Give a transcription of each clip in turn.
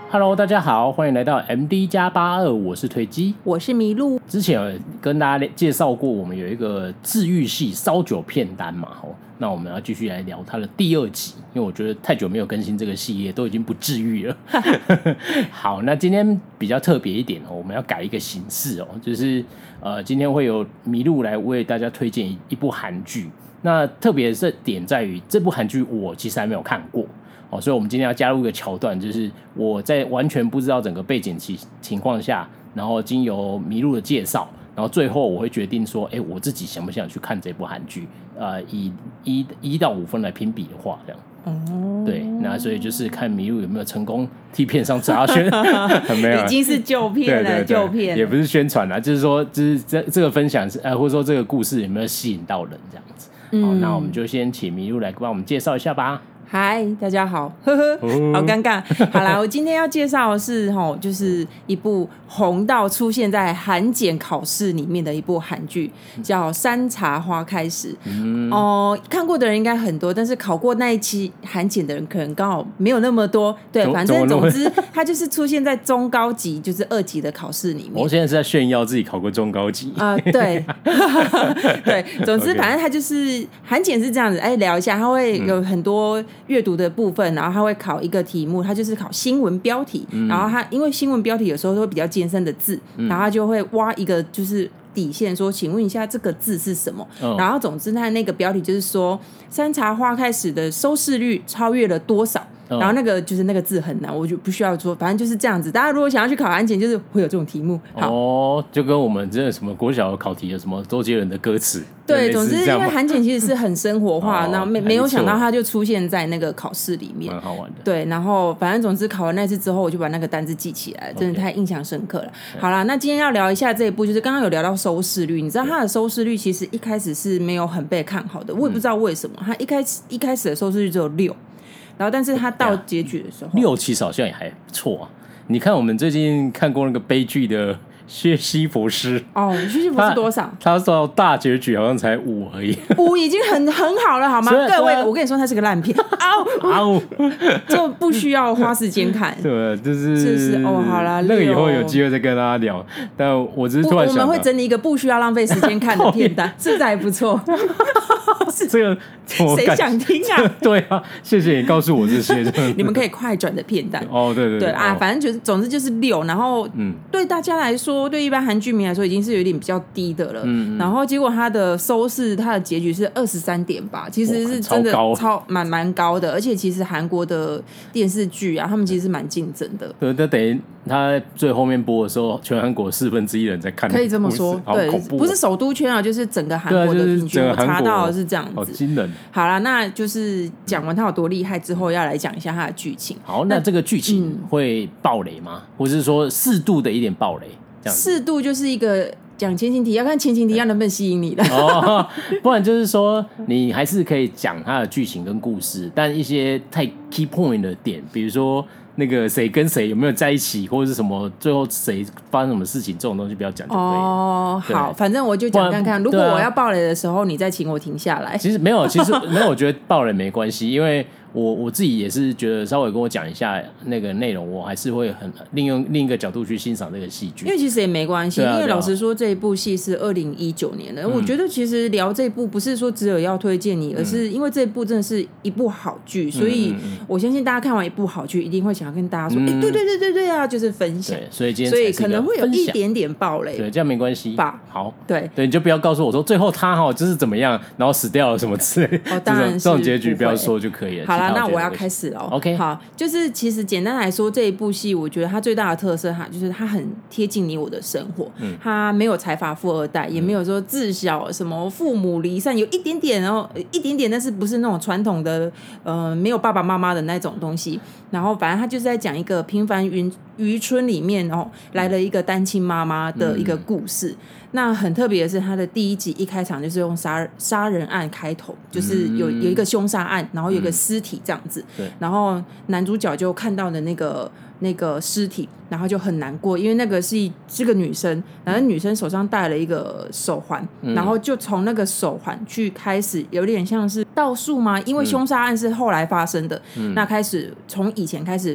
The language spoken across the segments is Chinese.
Hello， 大家好，欢迎来到 MD+82，我是推机， 我是麋鹿。 之前有跟大家介绍过，我们有一个治愈系烧酒片单嘛，那我们要继续来聊它的第2集，因为我觉得太久没有更新这个系列，都已经不治愈了。好，那今天比较特别一点我们要改一个形式就是今天会有麋鹿来为大家推荐一部韩剧。那特别的点在于，这部韩剧我其实还没有看过。所以我们今天要加入一个桥段，就是我在完全不知道整个背景情况下，然后经由麋鹿的介绍，然后最后我会决定说，我自己想不想去看这部韩剧？以1到5分来评比的话，这样。对，那所以就是看麋鹿有没有成功替片商查询，没有， 已经是旧片了，旧片也不是宣传啦，就是说，就是这个分享是或者说这个故事有没有吸引到人这样子。好，那我们就先请麋鹿来帮我们介绍一下吧。 嗨，大家好，呵呵，好尴尬。好啦，我今天要介绍的是就是一部红到出现在韩检考试里面的一部韩剧，叫《山茶花开始》。看过的人应该很多，但是考过那一期韩检的人可能刚好没有那么多。对，反正总之它就是出现在中高级，就是2级的考试里面。 我现在是在炫耀自己考过中高级对，对，总之反正它就是韩检是这样子。聊一下，它会有很多阅读的部分，然后他会考一个题目，他就是考新闻标题，然后他因为新闻标题有时候都会比较艰深的字，然后他就会挖一个就是底线说，请问一下这个字是什么？然后总之他那个标题就是说山茶花开始的收视率超越了多少？然后那个就是那个字很难，我就不需要说，反正就是这样子。大家如果想要去考韩检，就是会有这种题目。好， 就跟我们真的什么国小考题的什么周杰伦的歌词。 对，总之因为韩检其实是很生活化，然后没有想到它就出现在那个考试里面， 蛮好玩的。 对，然后反正总之考完那次之后，我就把那个单字记起来，真的太印象深刻了。好啦，那今天要聊一下这一部，就是刚刚有聊到收视率，你知道它的收视率其实一开始是没有很被看好的，我也不知道为什么，它一开始的收视率只有6。然后，但是他到结局的时候 ，6其实好像也还不错啊。你看，我们最近看过那个悲剧的薛西弗斯薛西弗斯多少？ 他到大结局好像才5而已 ，5已经很好了，好吗？各位，我跟你说，它是个烂片，就不需要花时间看。 对，就是好啦， 那个以后有机会再跟大家聊。但我只是突然想到， 我们会整理一个不需要浪费时间看的片单，是不是还不错？ 这个谁想听啊？ 对啊，谢谢你告诉我这些。 你们可以快转的片单对反正总之就是6，然后对大家来说，对一般韩剧迷来说，已经是有点比较低的了。然后结果它的收视，它的结局是23点吧，其实是真的蛮高的，而且其实韩国的电视剧啊，他们其实是蛮竞争的。 对，那等于他最后面播的时候，全韩国1/4人在看， 可以这么说。对，不是首都圈啊，就是整个韩国的平均，我查到的是这样子。 好惊人。 好啦，那就是讲完它有多厉害之后，要来讲一下它的剧情。 好，那这个剧情会爆雷吗？或是说适度的一点爆雷？ 适度就是一个讲前情提要，看前情提要能不能吸引你的不然就是说你还是可以讲它的剧情跟故事，但一些太 key point 的点，比如说那个谁跟谁有没有在一起，或者是什么最后谁发生什么事情，这种东西不要讲就可以了。 好，反正我就讲看看，如果我要爆雷的时候，你再请我停下来。 其实没有，我觉得爆雷没关系，因为我自己也是觉得稍微跟我讲一下那个内容，我还是会很利用另一个角度去欣赏这个戏剧。 因为其实也没关系，因为老实说这一部戏是2019年的，我觉得其实聊这一部不是说只有要推荐你，而是因为这一部真的是一部好剧，所以我相信大家看完一部好剧，一定会想要跟大家说，对啊，就是分享。 所以可能会有一点点爆雷， 对，这样没关系吧？ 好， 对， 你就不要告诉我说最后他就是怎么样，然后死掉了什么之类， 当然这种结局不要说就可以了。 好啦，那我要开始了。 OK， 好，就是其实简单来说，这一部戏我觉得它最大的特色就是它很贴近你我的生活，它没有财阀富二代，也没有说自小什么父母离散，有一点点，然后一点点，但是不是那种传统的没有爸爸妈妈的那种东西。然后反正它就是在讲一个平凡渔村里面，然后来了一个单亲妈妈的一个故事。那很特别的是，它的第1集一开场就是用杀人案开头，就是有一个凶杀案，然后有一个尸体这样子。然后男主角就看到的那个尸体，然后就很难过，因为那个是个女生，然后女生手上戴了一个手环，然后就从那个手环去开始，有点像是倒数吗？因为凶杀案是后来发生的，那开始从以前开始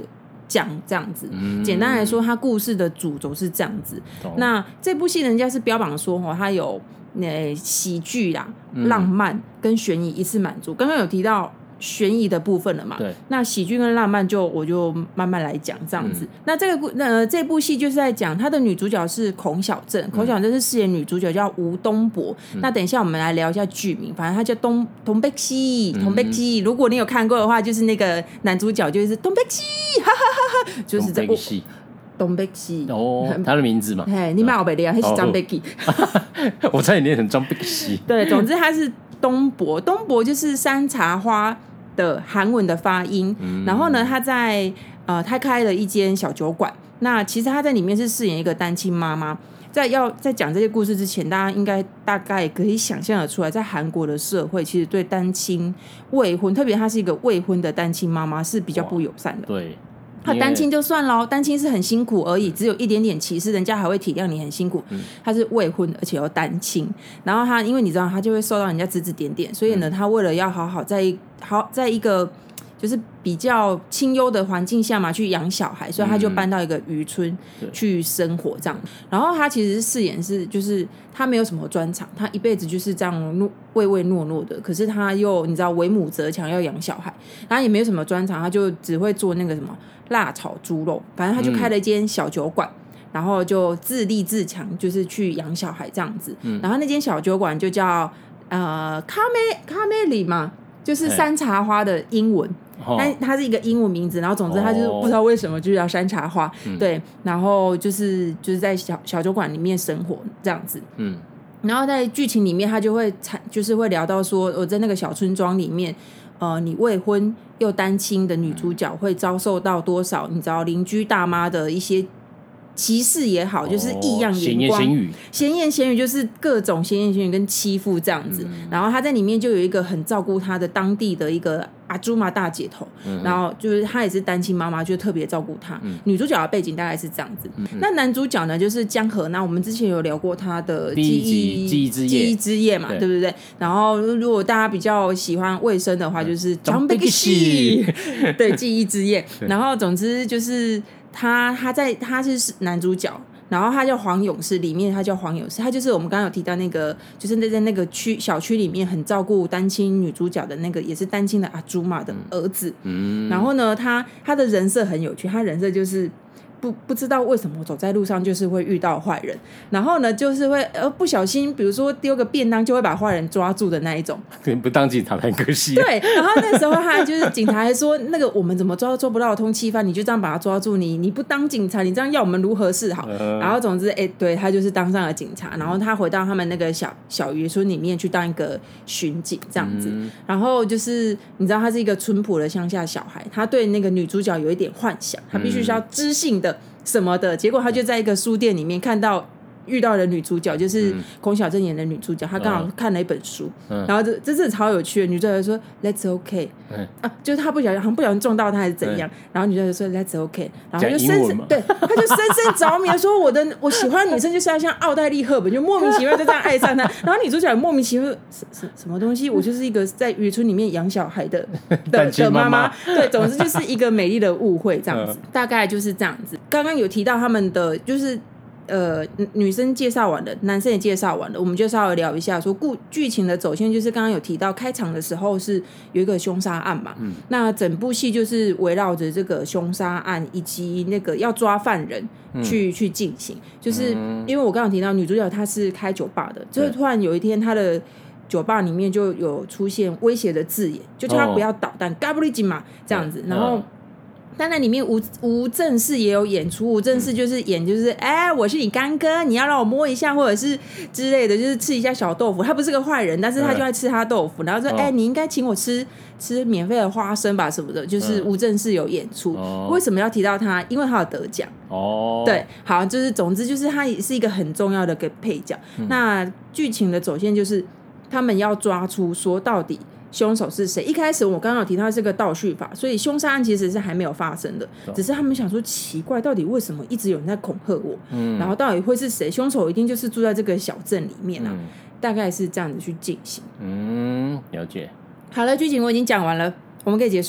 讲这样子。简单来说，它故事的主轴是这样子。那这部戏人家是标榜说它有喜剧啦、浪漫跟悬疑一次满足。刚刚有提到悬疑的部分了嘛？ 对。 那喜剧跟浪漫我就慢慢来讲这样子。那这部戏就是在讲她的女主角是孔晓振，孔晓振是饰演女主角叫吴东博。那等一下我们来聊一下剧名，反正她叫东北西。如果你有看过的话，就是那个男主角就是东北西，哈哈哈哈，就是这部戏。东北西哦，他的名字嘛， 你买我北的，他是张北基， 我差点念成张北西。 对，总之他是东博，东博就是山茶花的韩文的发音。然后呢，他开了一间小酒馆。那其实他在里面是饰演一个单亲妈妈。在讲这些故事之前，大家应该大概可以想象得出来，在韩国的社会，其实对单亲未婚，特别她是一个未婚的单亲妈妈，是比较不友善的。 对。 他单亲就算了，单亲是很辛苦而已，只有一点点歧视，人家还会体谅你很辛苦。他是未婚而且又单亲，然后他因为你知道他就会受到人家指指点点，所以呢，他为了要好好在一个就是比较清幽的环境下嘛，去养小孩，所以他就搬到一个渔村去生活这样。然后他其实饰演就是他没有什么专长，他一辈子就是这样唯唯诺诺的，可是他又你知道为母则强，要养小孩，然后也没有什么专长，他就只会做那个什么辣炒猪肉，反正他就开了一间小酒馆。然后就自立自强，就是去养小孩这样子。然后那间小酒馆就叫卡梅里嘛，就是山茶花的英文。但它是一个英文名字，然后总之它就是不知道为什么就叫山茶花。对，然后就是在小酒馆里面生活这样子。然后在剧情里面，他就是会聊到说，我在那个小村庄里面，你未婚又单亲的女主角会遭受到多少你知道邻居大妈的一些歧视也好，就是异样眼光，闲言闲语就是各种闲言闲语跟欺负这样子。然后他在里面就有一个很照顾他的当地的一个阿朱玛大姐头，然后就是他也是单亲妈妈，就特别照顾他。女主角的背景大概是这样子。那男主角呢就是江河，那我们之前有聊过他的记忆之夜嘛，对不对？然后如果大家比较喜欢卫生的话，就是张北西，对，记忆之夜。然后总之就是他是男主角，然后他叫黄勇士，里面他叫黄勇士，他就是我们刚刚有提到那个，就是在那个小区里面很照顾单亲女主角的那个，也是单亲的阿朱玛的儿子。然后呢，他的人设很有趣，他人设就是不知道为什么走在路上就是会遇到坏人，然后呢就是会不小心，比如说丢个便当就会把坏人抓住的那一种。 不当警察太可惜。 对，然后那时候他就是警察还说，那个我们怎么抓都抓不到通缉犯，你就这样把他抓住，你不当警察，你这样要我们如何是好？然后总之对，他就是当上了警察，然后他回到他们那个小渔村里面去当一个巡警这样子。然后就是你知道他是一个淳朴的乡下小孩，他对那个女主角有一点幻想，他必须是要知性的什么的，结果他就在一个书店里面遇到了女主角，就是孔晓振演的女主角，她刚好看了一本书，然后这是超有趣的。女主角说 Let's OK，就是她不小心撞到她还是怎样，然后女主角说 Let's OK， 然后就她就深深着迷说我喜欢的女生就是要像奥黛丽赫本，就莫名其妙就这样爱上她。然后女主角莫名其妙什么东西，我就是一个在渔村里面养小孩的妈妈。对，总之就是一个美丽的误会这样子，大概就是这样子。刚刚有提到他们的就是女生介绍完了，男生也介绍完了，我们就稍微聊一下说剧情的走线。就是刚刚有提到开场的时候是有一个凶杀案嘛，那整部戏就是围绕着这个凶杀案以及那个要抓犯人去进行。就是因为我刚刚提到女主角她是开酒吧的，就是突然有一天她的酒吧里面就有出现威胁的字眼，就叫她不要捣蛋，嘎布利金嘛这样子。然后当然里面吴正式也有演出，吴正式就是演就是我是你干哥，你要让我摸一下或者是之类的，就是吃一下小豆腐。他不是个坏人，但是他就爱吃他豆腐，然后说你应该请我吃免费的花生吧什么的，就是吴正式有演出。为什么要提到他？因为他有得奖。对，好，就是总之就是他也是一个很重要的个配角。那剧情的走线就是他们要抓出说到底凶手是谁。一开始我刚刚有提到这个倒叙法，所以凶杀案其实是还没有发生的，只是他们想说奇怪，到底为什么一直有人在恐吓我，然后到底会是谁？凶手一定就是住在这个小镇里面啊，大概是这样子去进行。 了解。 好了，剧情我已经讲完了，我们可以结束了。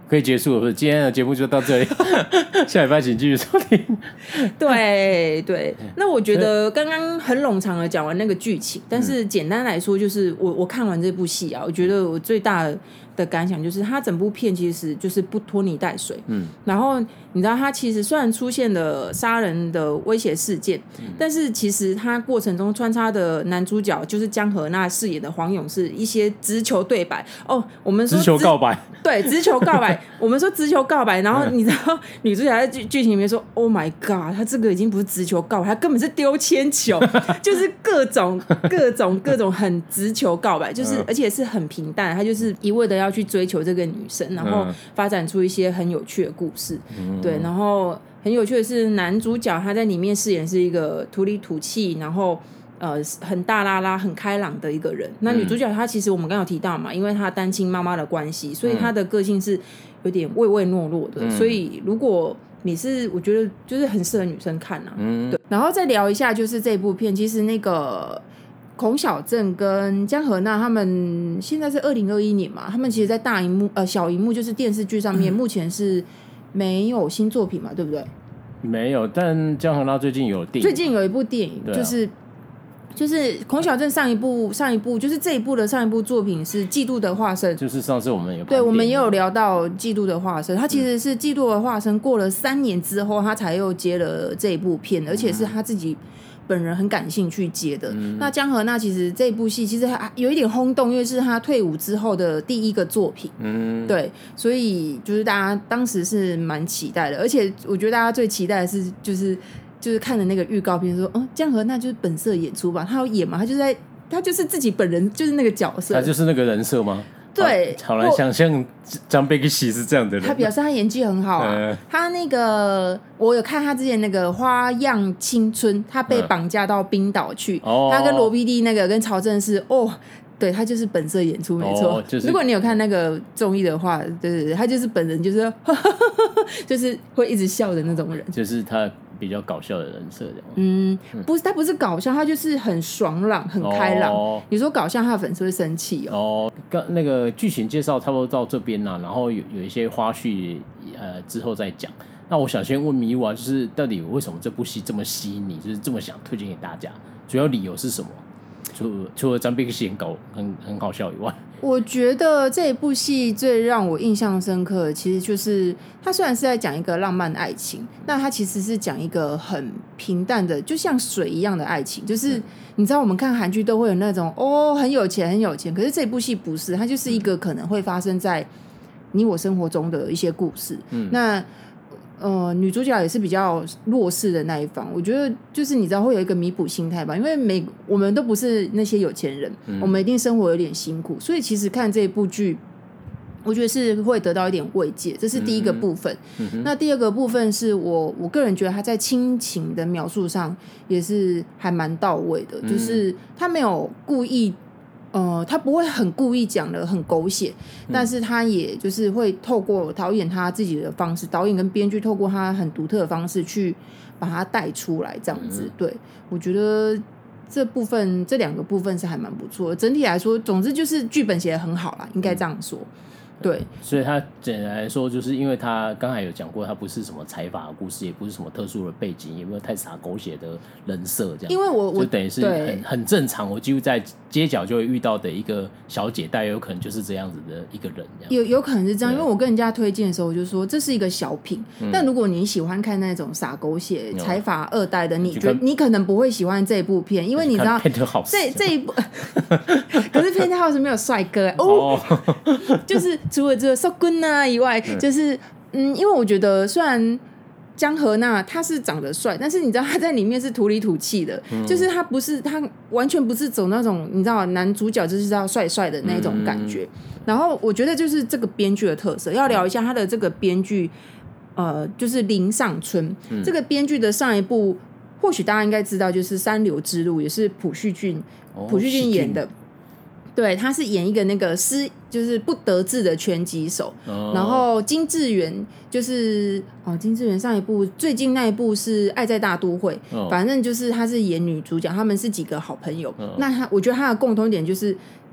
可以结束了，不是？今天的节目就到这里，下礼拜请继续收听。 对对，那我觉得刚刚很冗长的讲完那个剧情，但是简单来说，就是我看完这部戏啊，我觉得我最大的感想就是，它整部片其实就是不拖泥带水。然后你知道，它其实虽然出现了杀人的威胁事件，但是其实它过程中穿插的男主角就是江河那饰演的黄勇士一些直球对白哦，我们说直球告白， 对，直球告白，我们说直球告白，然后你知道女主角在剧情里面说 ，Oh my god， 他这个已经不是直球告白，他根本是丢铅球，就是各种很直球告白，就是而且是很平淡，他就是一味的要去追求这个女生，然后发展出一些很有趣的故事，对，然后很有趣的是男主角他在里面饰演是一个土里土气，然后很大拉拉很开朗的一个人。那女主角她其实我们刚刚有提到嘛，因为她单亲妈妈的关系，所以她的个性是有点唯唯诺诺的，所以如果你是我觉得就是很适合女生看啊，对。然后再聊一下就是这部片，其实那个孔晓振跟江河那他们现在是2021年嘛，他们其实在大荧幕小荧幕就是电视剧上面目前是没有新作品嘛，对不对？ 没有，但江河那最近有电影， 最近有一部电影，就是孔晓振上一部就是这一部的上一部作品是《嫉妒的化身》， 就是上次我们对我们也有聊到《嫉妒的化身》，他其实是《嫉妒的化身》过了3年之后，他才又接了这一部片，而且是他自己本人很感兴趣接的。那江河那其实这部戏其实还有一点轰动，因为是他退伍之后的第一个作品，对，所以就是大家当时是蛮期待的，而且我觉得大家最期待的是就是看的那个预告片说，江河那就是本色演出吧，他有演嘛，他就是自己本人就是那个角色， 他就是那个人设吗？ 对， 好难想象张贝克喜是这样的人。 他表示他演技很好啊，他那个我有看他之前那个《花样青春》，他被绑架到冰岛去，他跟罗 PD 那个跟曹正奭对，他就是本色演出没错，如果你有看那个综艺的话，对，他就是本人就是就是会一直笑的那种人， 就是他比较搞笑的人设这样。 不是，他不是搞笑，他就是很爽朗很开朗。你说搞笑他的粉丝会生气那个剧情介绍差不多到这边然后有一些花絮之后再讲。那我想先问米娃，就是到底为什么这部戏这么吸引你，就是这么想推荐给大家，主要理由是什么？除了张碧熙很好笑以外， 我觉得这一部戏最让我印象深刻的，其实就是它虽然是在讲一个浪漫的爱情，但它其实是讲一个很平淡的，就像水一样的爱情。就是你知道，我们看韩剧都会有那种很有钱很有钱，可是这部戏不是，它就是一个可能会发生在你我生活中的一些故事。那女主角也是比较弱势的那一方，我觉得就是你知道会有一个弥补心态吧，因为我们都不是那些有钱人，我们一定生活有点辛苦，所以其实看这一部剧，我觉得是会得到一点慰藉，这是第一个部分。那第二个部分是我个人觉得他在亲情的描述上也是还蛮到位的，就是他没有故意。他不会很故意讲的很狗血，但是他也就是会透过导演他自己的方式，导演跟编剧透过他很独特的方式去把它带出来，这样子。对，我觉得这两个部分是还蛮不错的。整体来说，总之就是剧本写得很好啦，应该这样说。对， 所以他简单来说，就是因为他刚才有讲过，他不是什么财阀的故事，也不是什么特殊的背景，也没有太洒狗血的人设，这样。 因为我就等于是很正常，我几乎在街角就会遇到的一个小姐，但有可能就是这样子的一个人这样。 有可能是这样，因为我跟人家推荐的时候，我就说这是一个小品，但如果你喜欢看那种洒狗血财阀二代的，你可能不会喜欢这部片，因为你知道这一部，可是 Penthouse 没有帅哥就是除了这个 So Good 啊以外，就是因为我觉得虽然江河那他是长得帅，但是你知道他在里面是土里土气的，就是他完全不是走那种你知道男主角就是要帅帅的那种感觉。然后我觉得就是这个编剧的特色，要聊一下他的这个编剧，就是林尚春、这个编剧的上一部，或许大家应该知道，就是《三流之路》，也是朴叙俊演的。对，他是演一个那个就是不得志的拳击手，然后金智媛就是金智媛上一部最近那一部是《爱在大都会》，反正就是他是演女主角，他们是几个好朋友。那我觉得他的共同点就是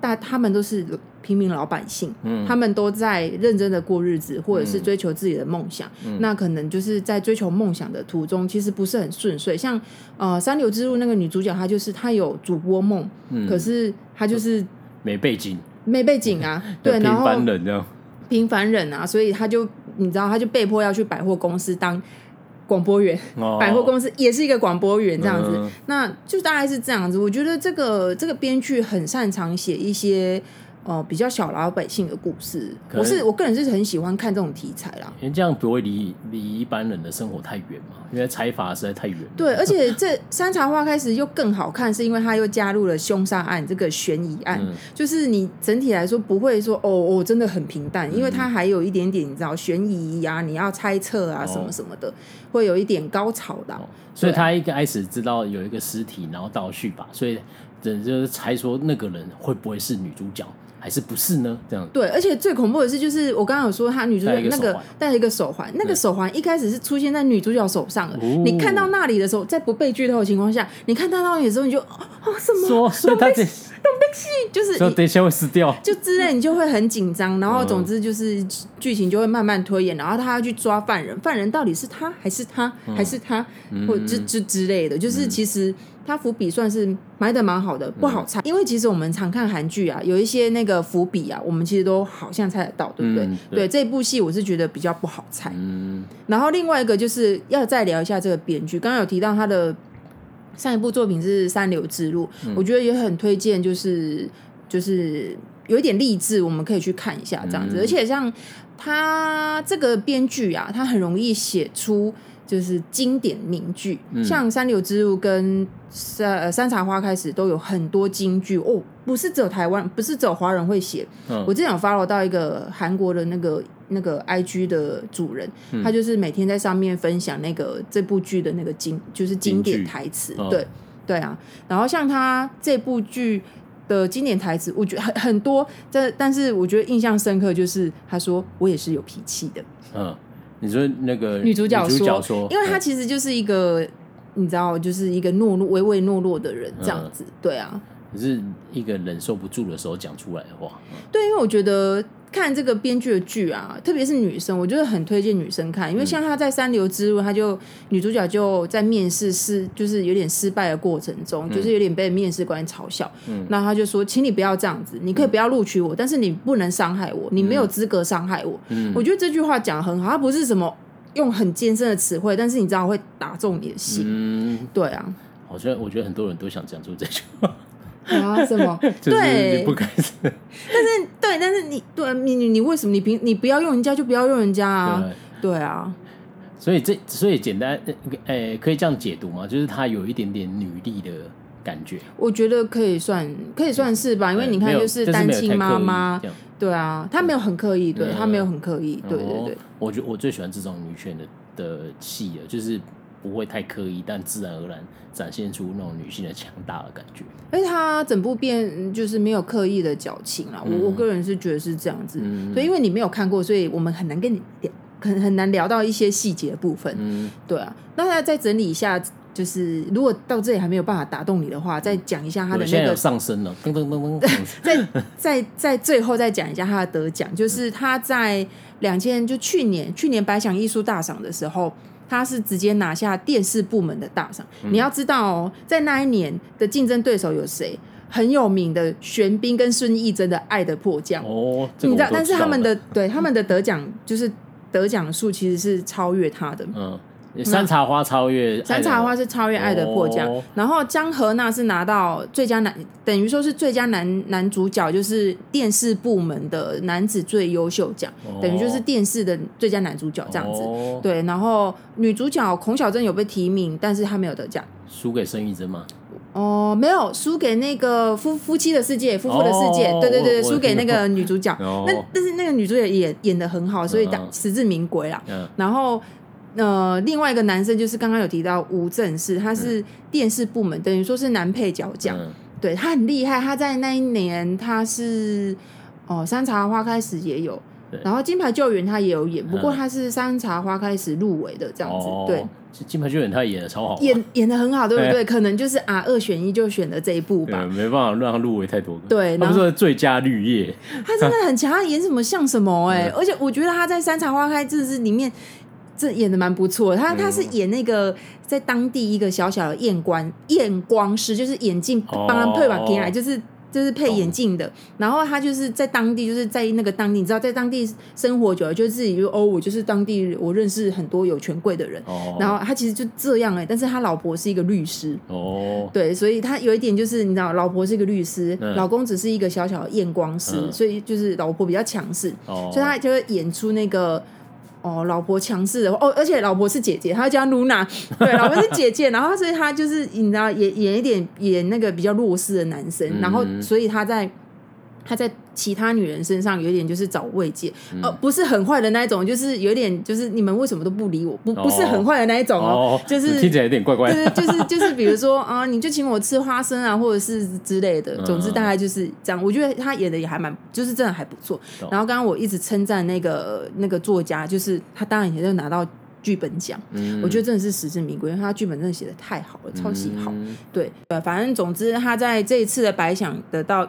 他们都是平民老百姓，他们都在认真的过日子，或者是追求自己的梦想，那可能就是在追求梦想的途中，其实不是很顺遂。像三流之路那个女主角，她有主播梦，可是她就是没背景啊，对，然后平凡人这样， 平凡人啊，所以她就你知道，她就被迫要去百货公司当广播员，百货公司也是一个广播员这样子，那就大概是这样子。我觉得这个编剧很擅长写一些比较小老百姓的故事，我个人是很喜欢看这种题材啦， 因为这样不会离一般人的生活太远嘛，因为财阀实在太远了。 对，而且这山茶花开始又更好看，是因为它又加入了凶杀案这个悬疑案，就是你整体来说不会说真的很平淡，因为它还有一点点你知道悬疑啊，你要猜测啊什么什么的，会有一点高潮的。 所以他一开始知道有一个尸体，然后倒叙吧，所以人就是猜说那个人会不会是女主角。还是不是呢？这样对，而且最恐怖的是，就是我刚刚有说，她女主角那个戴了一个手环，那个手环一开始是出现在女主角手上的。你看到那里的时候，在不被剧透的情况下，你看到那里的时候，你就什么？ 所以他这就是说等一下会死掉， 就之类，你就会很紧张。然后总之就是剧情就会慢慢推演，然后他要去抓犯人，犯人到底是他还是他还是他，或之类的，就是其实。他伏笔算是埋得蛮好的，不好猜，因为其实我们常看韩剧啊，有一些那个伏笔啊，我们其实都好像猜得到，对不对？对，这部戏我是觉得比较不好猜。然后另外一个就是要再聊一下这个编剧，刚刚有提到他的上一部作品是《三流之路》，我觉得也很推荐，就是有一点励志，我们可以去看一下这样子。而且像他这个编剧啊，他很容易写出。就是经典名句，像《三流之路》跟山茶花开始都有很多金句哦，不是只有台湾，不是只有华人会写。我之前有 follow 到一个韩国的那个 IG 的主人，他就是每天在上面分享这部剧的那个就是经典台词，对啊。然后像他这部剧的经典台词，我觉得很多，但是我觉得印象深刻就是他说：“我也是有脾气的。” 你说那个女主角说，因为她其实就是一个，你知道，就是一个唯唯诺诺的人这样子，对啊。 可是一个忍受不住的时候讲出来的话， 对，因为我觉得看这个编剧的剧啊，特别是女生，我觉得很推荐女生看，因为像她在《三流之路》，女主角就在面试就是有点失败的过程中，就是有点被面试官嘲笑，那她就说，请你不要这样子，你可以不要录取我，但是你不能伤害我，你没有资格伤害我。我觉得这句话讲得很好，它不是什么用很艰深的词汇，但是你知道会打中你的心。对啊， 好像我觉得很多人都想讲出这句话。 啊？什么？ 对，你不该是。 但是你为什么你不要用人家就不要用人家啊？对啊。所以简单可以这样解读吗？就是他有一点点女力的感觉。 我觉得可以算是吧，因为你看就是单亲妈妈，对啊，他没有很刻意，对他没有很刻意，对。 我最喜欢这种女权的戏了，就是不会太刻意，但自然而然展现出那种女性的强大的感觉。 而且他整部片就是没有刻意的矫情啦，我个人是觉得是这样子。对，因为你没有看过，所以我们很难跟你很难聊到一些细节的部分。对啊，那再整理一下。就是如果到这里还没有办法打动你的话，再讲一下他的那个上升了，噔噔噔噔。 在最后再讲一下他的得奖，就是他在就去年百想艺术大赏的时候，他是直接拿下电视部门的大赏。你要知道哦，在那一年的竞争对手有谁？很有名的玄彬跟孙艺珍的《爱的迫降》哦，你知道，但是他们的得奖就是得奖数其实是超越他的。 山茶花超越山茶花是超越爱的迫降，然后张荷娜是拿到最佳等于说是最佳男主角，就是电视部门的男子最优秀奖，等于就是电视的最佳男主角这样子。对，然后女主角孔晓真有被提名，但是她没有得奖， 输给孙艺珍吗？ 没有，输给那个夫妻的世界，夫妇的世界。对，输给那个女主角。但是那个女主角也演得很好，所以实至名归啦。然后。另外一个男生就是刚刚有提到吴正式，他是电视部门，等于说是男配角奖。对，他很厉害，他在那一年他是山茶花开始也有，然后金牌救援他也有演，不过他是山茶花开始入围的这样子。对， 金牌巨人他演的超好， 演的很好，对不对？可能就是2选1就选了这一部吧， 没办法让他入围太多个。 对， 他不是最佳绿叶， 他真的很强，他演什么像什么而且我觉得他在《山茶花开》真的是里面这演的蛮不错的。他是演那个在当地一个小小的验光师，就是眼镜帮他配把进来，就是配眼镜的，然后他就是在当地，就是在那个当地，你知道，在当地生活久了，就自己就我就是当地，我认识很多有权贵的人，然后他其实就这样但是他老婆是一个律师，对，所以他有一点就是你知道，老婆是一个律师，老公只是一个小小的验光师，所以就是老婆比较强势，所以他就会演出那个。老婆强势的而且老婆是姐姐，她叫露娜，对，老婆是姐姐，然后所以她就是你知道演一点演那个比较弱势的男生，然后所以他在其他女人身上有点就是找慰藉，不是很坏的那一种，就是有点就是你们为什么都不理我，不是很坏的那一种就是听起来有点怪怪的， 就是比如说你就请我吃花生啊，或者是之类的，总之大概就是这样。我觉得他演的也还蛮，就是真的还不错。然后刚刚我一直称赞那个作家，就是他当然也就拿到剧本奖，我觉得真的是实至名归，因为他剧本真的写的太好了，超级好。对，反正总之他在这一次的百想得到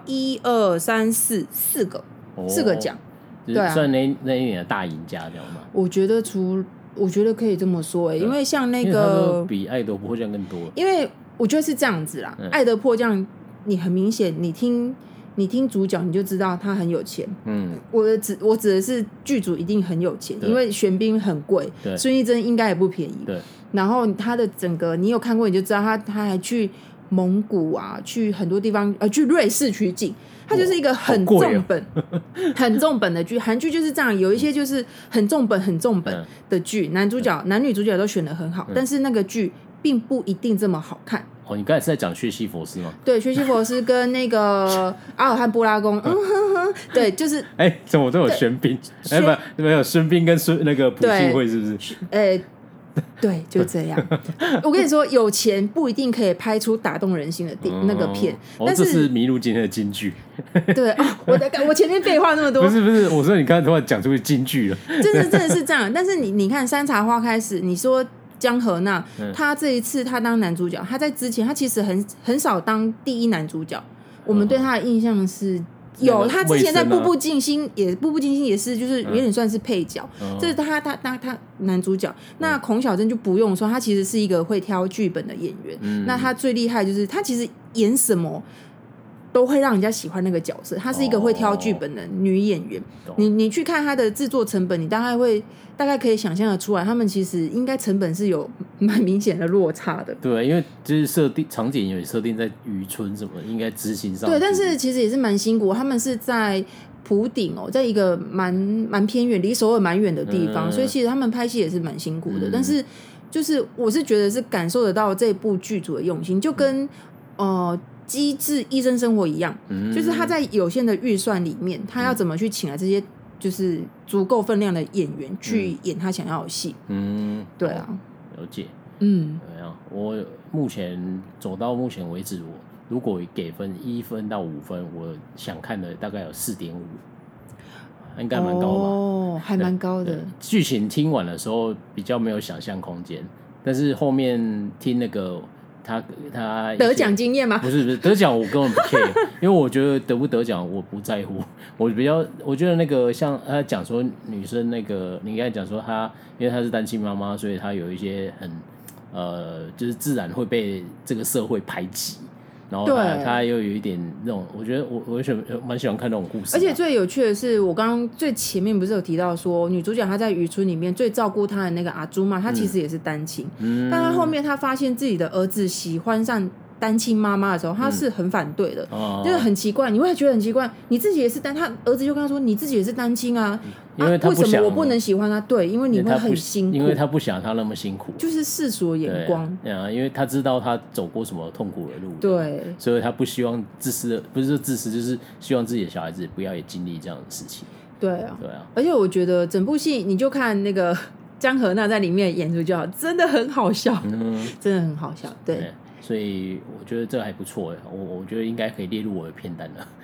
1、2、3、4个奖， 对啊，算那一年的大赢家这样吗？ 我觉得可以这么说因为像那个比爱的迫降更多， 因为我觉得是这样子啦，爱的迫降你很明显，你听主角你就知道他很有钱，我指的是剧组一定很有钱，因为玄彬很贵，孙艺珍应该也不便宜，对。然后他的整个你有看过你就知道他还去蒙古啊，去很多地方去瑞士取景，他就是一个很重本、很重本的剧。韩剧就是这样，有一些就是很重本的剧，男女主角都选得很好，但是那个剧并不一定这么好看。 你刚才是在讲薛西佛斯吗？ 对，薛西佛斯跟那个阿尔汉布拉宫，对，就是怎么都有玄彬？没有孙彬跟那个朴信惠是不是？ 对，就这样。我跟你说，有钱不一定可以拍出打动人心的那个片，但这是麋鹿今天的金句。 对我前面废话那么多， 不是，我说你刚才突然讲出金句了， 真的是这样。但是你看《山茶花开时》，你说江河娜，他这一次他当男主角，他在之前他其实很少当第一男主角，我们对他的印象是。有，他之前在步步惊心也是，就是有点算是配角，这是他男主角。那孔晓振就不用说，他其实是一个会挑剧本的演员。那他最厉害就是他其实演什么都会让人家喜欢那个角色，她是一个会挑剧本的女演员。你去看她的制作成本，你大概可以想象得出来，他们其实应该成本是有蛮明显的落差的。 对，因为就是场景也设定在渔村什么，应该执行上。 对，但是其实也是蛮辛苦，他们是在埔顶在一个蛮偏远，离首尔蛮远的地方，所以其实他们拍戏也是蛮辛苦的。但是就是我是觉得是感受得到这部剧组的用心，就跟机智医生生活一样，就是他在有限的预算里面，他要怎么去请来这些就是足够分量的演员去演他想要的戏。对啊， 了解。对啊，我目前走到目前为止，我如果给分1分到5分，我想看的大概有4.5，应该蛮高吧？ 还蛮高的。 剧情听完的时候比较没有想象空间，但是后面听那个。他得奖经验吗？ 不是得奖，我根本不 care， 因为我觉得得不得奖我不在乎。我觉得那个像他讲说女生那个，你刚才讲说她，因为她是单亲妈妈，所以她有一些很就是自然会被这个社会排挤。然后他又有一点那种，我觉得我蛮喜欢看那种故事。 而且最有趣的是，我刚刚最前面不是有提到说，女主角她在渔村里面最照顾她的那个阿朱嘛，她其实也是单亲，但她后面她发现自己的儿子喜欢上单亲妈妈的时候，她是很反对的，就是很奇怪，你会觉得很奇怪，你自己也是他儿子就跟他说，你自己也是单亲啊， 因为他不想， 为什么我不能喜欢他？对，因为你会很辛苦， 因为他不想他那么辛苦， 就是世俗的眼光。 因为他知道他走过什么痛苦的路， 对， 所以他不希望自私的，不是说自私，就是希望自己的小孩子不要也经历这样的事情。 对啊，而且我觉得整部戏，你就看那个江河娜在里面演出就好，真的很好笑，真的很好笑，对。 所以我觉得这还不错，我觉得应该可以列入我的片单了。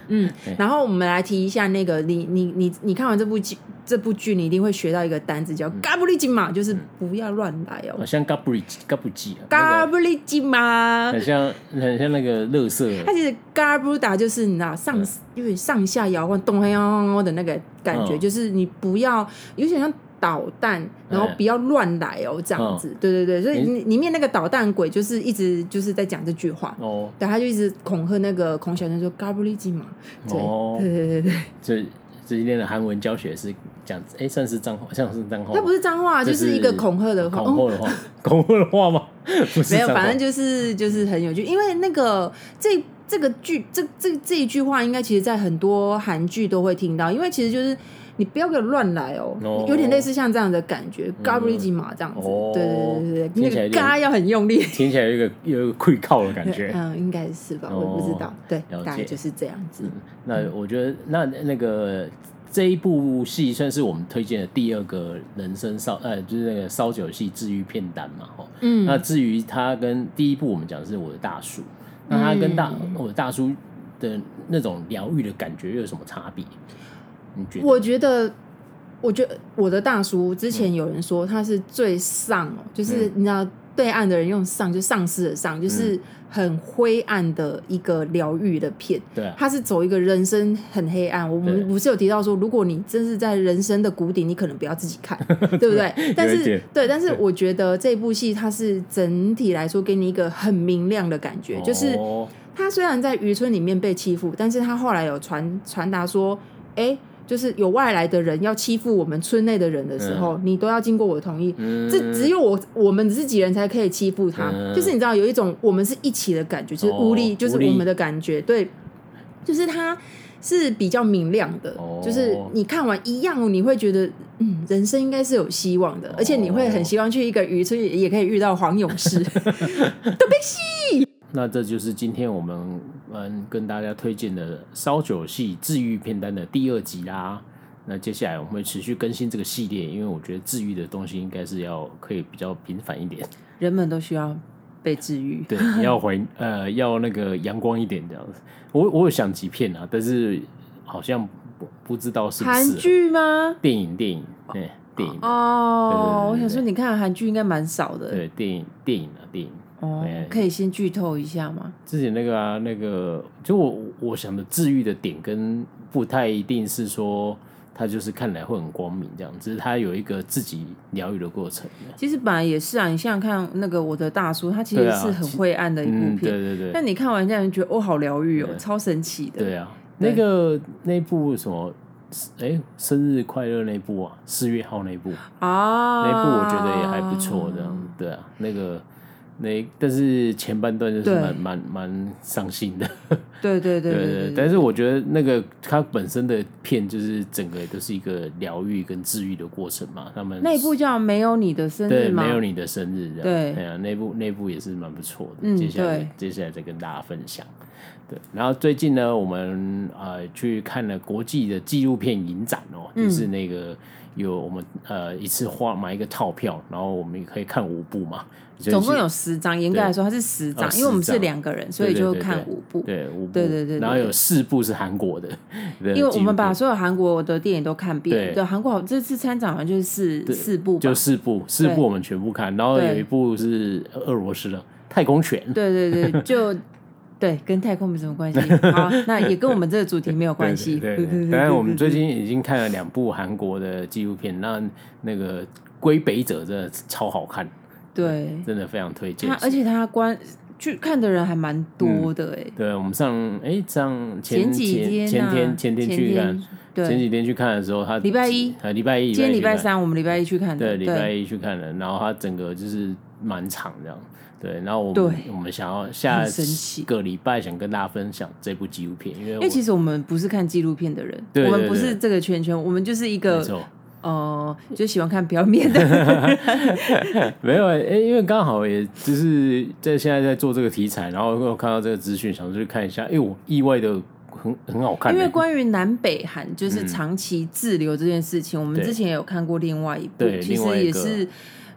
然后我们来提一下那个，你看完这部剧，你一定会学到一个单字叫嘎布利金嘛，就是不要乱来哦。 好像嘎布利金嘛， 很像那个垃圾。 它其实嘎布达就是你知道有点上下摇晃、咚咚的那个感觉，就是你不要有点像导弹，然后不要乱来哦，这样子。对对对，所以里面那个导弹鬼就是一直就是在讲这句话。对，他就一直恐吓那个孔小珍说嘎布利金嘛。对。 这今天的韩文教学是这样子，算是脏话，像是脏话。 它不是脏话，就是一个恐吓的话。 恐吓的话吗？不是， 没有，反正就是很有趣，因为那个这个剧这一句话，应该其实在很多韩剧都会听到，因为其实就是你不要给我乱来哦，有点类似像这样的感觉，嘎布利金嘛这样子。对，那个嘎要很用力， 听起来有一个跪靠的感觉。 应该是吧，我也不知道。对，大概就是这样子。 那我觉得那个这一部戏算是我们推荐的第二个人生就是那个烧酒系治愈片单嘛。那至于他跟第一部我们讲的是我的大叔，那他跟我的大叔的那种疗愈的感觉又有什么差别？你觉得？ 我觉得我的大叔之前有人说他是最丧就是你知道对岸的人用丧就丧尸的丧，就是很灰暗的一个疗愈的片。 对， 他是走一个人生很黑暗。我们不是有提到说，如果你真是在人生的谷底，你可能不要自己看，对不对？但是我觉得这部戏它是整体来说给你一个很明亮的感觉，就是他虽然在渔村里面被欺负，但是他后来有传达说，就是有外来的人要欺负我们村内的人的时候，你都要经过我的同意。这只有我们自己人才可以欺负他。就是你知道有一种我们是一起的感觉，就是无力，就是我们的感觉。对，就是他是比较明亮的，就是你看完一样，你会觉得人生应该是有希望的，而且你会很希望去一个渔村也可以遇到黄勇士。都被戏。 那这就是今天我们跟大家推荐的烧酒系治愈片单的第2集啦。那接下来我们会持续更新这个系列，因为我觉得治愈的东西应该是可以比较频繁一点， 人们都需要被治愈。 对，要那个阳光一点这样子。我有想几片啊，但是好像不知道是不是韩剧吗？ 电影电影。 我想说你看韩剧应该蛮少的。 对，电影。 可以先剧透一下吗？ 之前那个就我想的治愈的点跟不太一定是说它就是看来会很光明这样，只是它有一个自己疗愈的过程。 其实本来也是啊，你想想看那个我的大叔，他其实是很灰暗的一部片。 对。 但你看完这样觉得好疗愈超神奇的。 对啊，那部什么生日快乐那部啊，4月号那部那部我觉得也还不错这样。对啊，但是前半段就是蛮伤心的。对，但是我觉得那个它本身的片就是整个都是一个疗愈跟治愈的过程嘛。他们那部叫没有你的生日吗？ 对，没有你的生日这样。对啊，那部也是蛮不错的。接下来再跟大家分享。对，然后最近呢，我们去看了国际的纪录片影展就是那个我们一次买一个套票，然后我们也可以看5部嘛。 总共有10张，严格来说它是10张，因为我们是2个人，所以就看5部。 对，5部。 对。 然后有4部是韩国的， 因为我们把所有韩国的电影都看遍。对，韩国这次参展好像就是4部吧， 就4部我们全部看，然后有一部是俄罗斯的《太空拳》。 对，就。对，跟太空没什么关系。好，那也跟我们这个主题没有关系。 对。当然，我们最近已经看了2部韩国的纪录片，那个《归北者》真的超好看。对，真的非常推荐。 而且他去看的人还蛮多的对，我们前几天去看，前几天去看的时候，他礼拜一，今天礼拜3，我们礼拜一去看的。 对，礼拜一去看的，然后他整个就是满场这样。对，然后我们想要下个礼拜想跟大家分享这部纪录片，因为其实我们不是看纪录片的人，我们不是这个圈，我们就是一个就喜欢看表面的人。 没有因为刚好也就是现在在做这个题材，然后我看到这个资讯，想去看一下，我意外的很好看。 因为关于南北韩就是长期滞留这件事情，我们之前也有看过另外一部，其实也是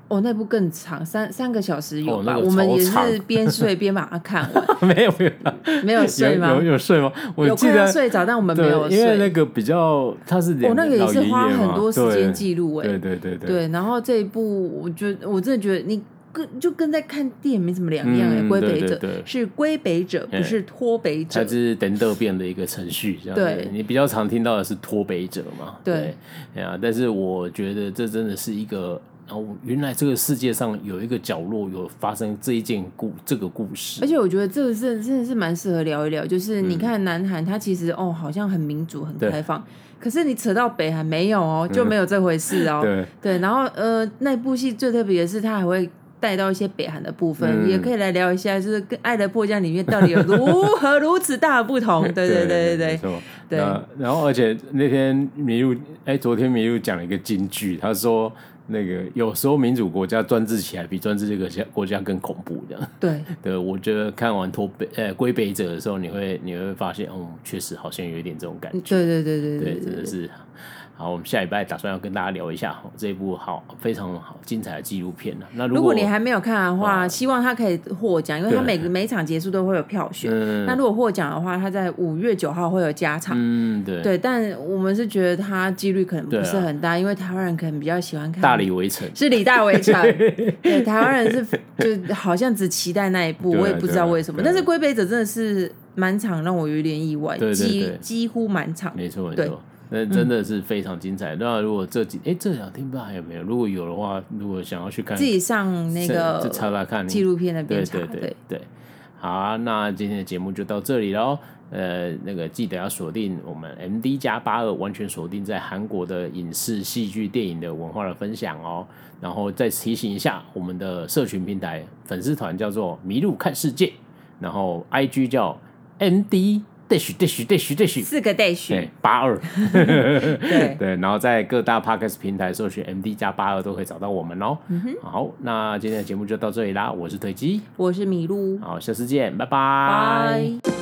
哦，那部更长，三个小时有吧？ 那个我们也超长是边睡边把它看完。 没有没有睡吗？ 有睡吗？我有记得快要睡着，但我们没有睡， 因为那个比较他是那个也是花老爷爷嘛很多时间记录对。 对，然后这一部我真的觉得你跟在看电影没什么两样归北者是归北者，不是脱北者， 它是等等变的一个程序，这样对，你比较常听到的是脱北者嘛，对啊，但是我觉得这真的是一个，原来这个世界上有一个角落有发生这个故事， 而且我觉得这个真的是蛮适合聊一聊，就是你看南韩，它其实好像很民主很开放。可是你扯到北韩没有就没有这回事对，然后那部戏最特别的是它还会带到一些北韩的部分，也可以来聊一下，就是跟《爱的迫降》里面到底有如何如此大的不同。对， 没错。对，然后而且那天昨天麋鹿讲了一个金句，他说那个有时候民主国家专制起来比专制这个国家更恐怖，这样。对，我觉得看完归北者的时候，你会发现，确实好像有一点这种感觉。对，真的是。好，我们下礼拜打算要跟大家聊一下这一部非常好精彩的纪录片。那如果你还没有看的话，希望它可以获奖，因为它每场结束都会有票选。那如果获奖的话，它在5月9号会有加场。对，但我们是觉得它几率可能不是很大，因为台湾人可能比较喜欢看大理围城， 是李大围城。对，台湾人是就好像只期待那一部，我也不知道为什么。但是归北者真的是满场，让我有点意外，几乎满场。 没错。那真的是非常精彩。那如果这2天不知道还有没有，如果有的话，如果想要去看， 自己上那个查看纪录片那边查。 对。好啊，那今天的节目就到这里咯。那个记得要锁定我们 MD+82，完全锁定在韩国的影视、戏剧、电影的文化的分享哦。然后再提醒一下，我们的社群平台粉丝团叫做麋鹿看世界，然后 IG 叫 MD4 个 dash 82对，然后在各大 podcast 平台搜寻 MD+82都可以找到我们哦。好，那今天的节目就到这里啦，我是腿鸡， 我是麋鹿， 好，下次见，拜拜。